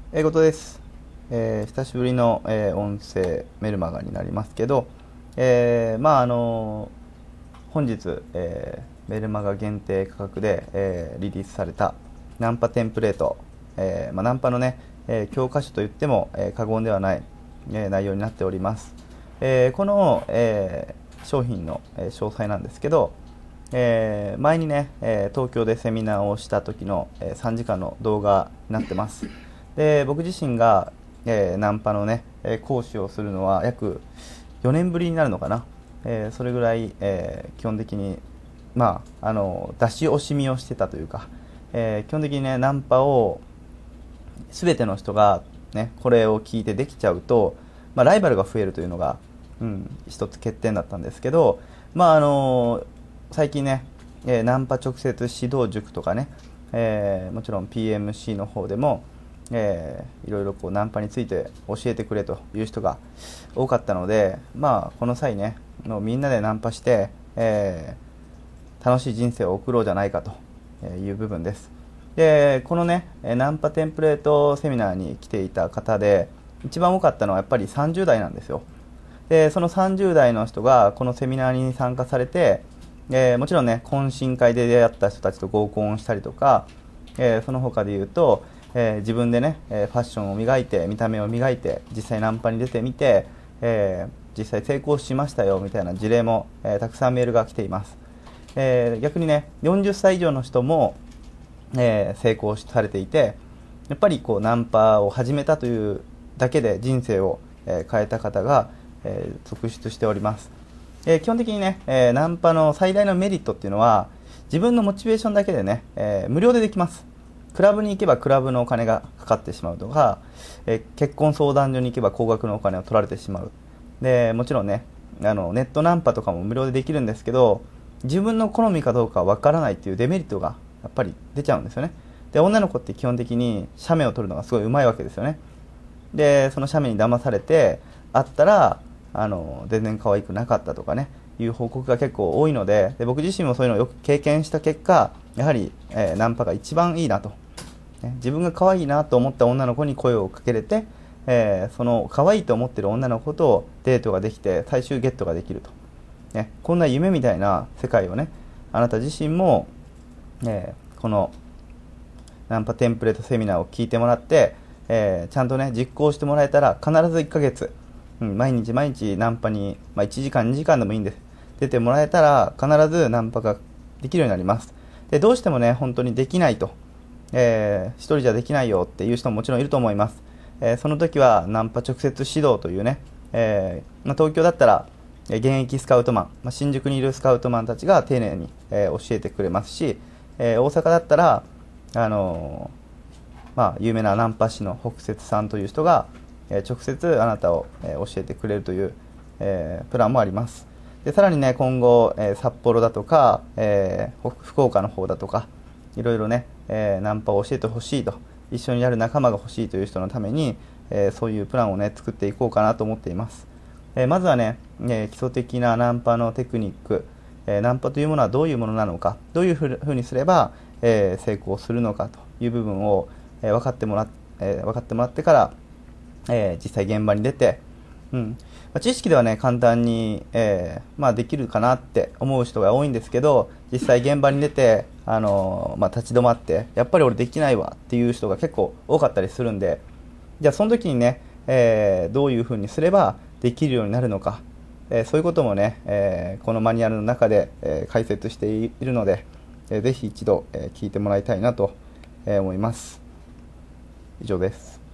英語です。久しぶりの、音声メルマガになりますけど、本日、メルマガ限定価格で、リリースされたナンパテンプレート、ナンパのね、教科書といっても、過言ではない、内容になっております。この、商品の、詳細なんですけど、前にね、東京でセミナーをした時の、3時間の動画になってます。で、僕自身が、ナンパのね、講師をするのは約4年ぶりになるのかな。それぐらい、基本的に、出し惜しみをしてたというか、基本的にね、ナンパを全ての人が、ね、これを聞いてできちゃうと、ライバルが増えるというのが、一つ欠点だったんですけど、最近ね、ナンパ直接指導塾とかね、もちろん PMC の方でも、いろいろこうナンパについて教えてくれという人が多かったので、この際ね、みんなでナンパして、楽しい人生を送ろうじゃないかという部分です。で、このね、ナンパテンプレートセミナーに来ていた方で、一番多かったのはやっぱり30代なんですよ。で、その30代の人がこのセミナーに参加されて、もちろんね、懇親会で出会った人たちと合コンしたりとか、その他で言うと、自分でね、ファッションを磨いて、見た目を磨いて、実際ナンパに出てみて、実際成功しましたよみたいな事例も、たくさんメールが来ています。逆にね、40歳以上の人も、成功されていて、やっぱりこうナンパを始めたというだけで人生を、変えた方が、続出しております。基本的にね、ナンパの最大のメリットっていうのは、自分のモチベーションだけでね、無料でできます。クラブに行けばクラブのお金がかかってしまうとか、結婚相談所に行けば高額のお金を取られてしまう。で、もちろんね、ネットナンパとかも無料でできるんですけど、自分の好みかどうかわからないっていうデメリットがやっぱり出ちゃうんですよね。で、女の子って基本的に写メを撮るのがすごい上手いわけですよね。で、その写メに騙されて会ったら、全然可愛くなかったとかね、いう報告が結構多いので、僕自身もそういうのをよく経験した結果、やはり、ナンパが一番いいなと。自分が可愛いなと思った女の子に声をかけれて、その可愛いと思ってる女の子とデートができて最終ゲットができると、こんな夢みたいな世界をね、あなた自身も、このナンパテンプレートセミナーを聞いてもらって、ちゃんとね実行してもらえたら必ず1ヶ月、毎日毎日ナンパに、1時間2時間でもいいんです出てもらえたら必ずナンパができるようになります。で、どうしてもね本当にできないと、一人じゃできないよっていう人ももちろんいると思います。その時はナンパ直接指導というね、東京だったら現役スカウトマン、新宿にいるスカウトマンたちが丁寧に、教えてくれますし、大阪だったら有名なナンパ師の北摂さんという人が、直接あなたを、教えてくれるという、プランもあります。で、さらにね今後、札幌だとか、福岡の方だとかいろいろね、ナンパを教えてほしいと、一緒にやる仲間が欲しいという人のために、そういうプランをね作っていこうかなと思っています。まずはね、基礎的なナンパのテクニック、ナンパというものはどういうものなのか、どういうふうにすれば、成功するのかという部分を、分かってもらってから、実際現場に出て、知識ではね簡単に、できるかなって思う人が多いんですけど、実際現場に出て、立ち止まってやっぱり俺できないわっていう人が結構多かったりするんで、じゃあその時にね、どういうふうにすればできるようになるのか、そういうこともね、このマニュアルの中で、解説しているので、ぜひ一度、聞いてもらいたいなと、思います。以上です。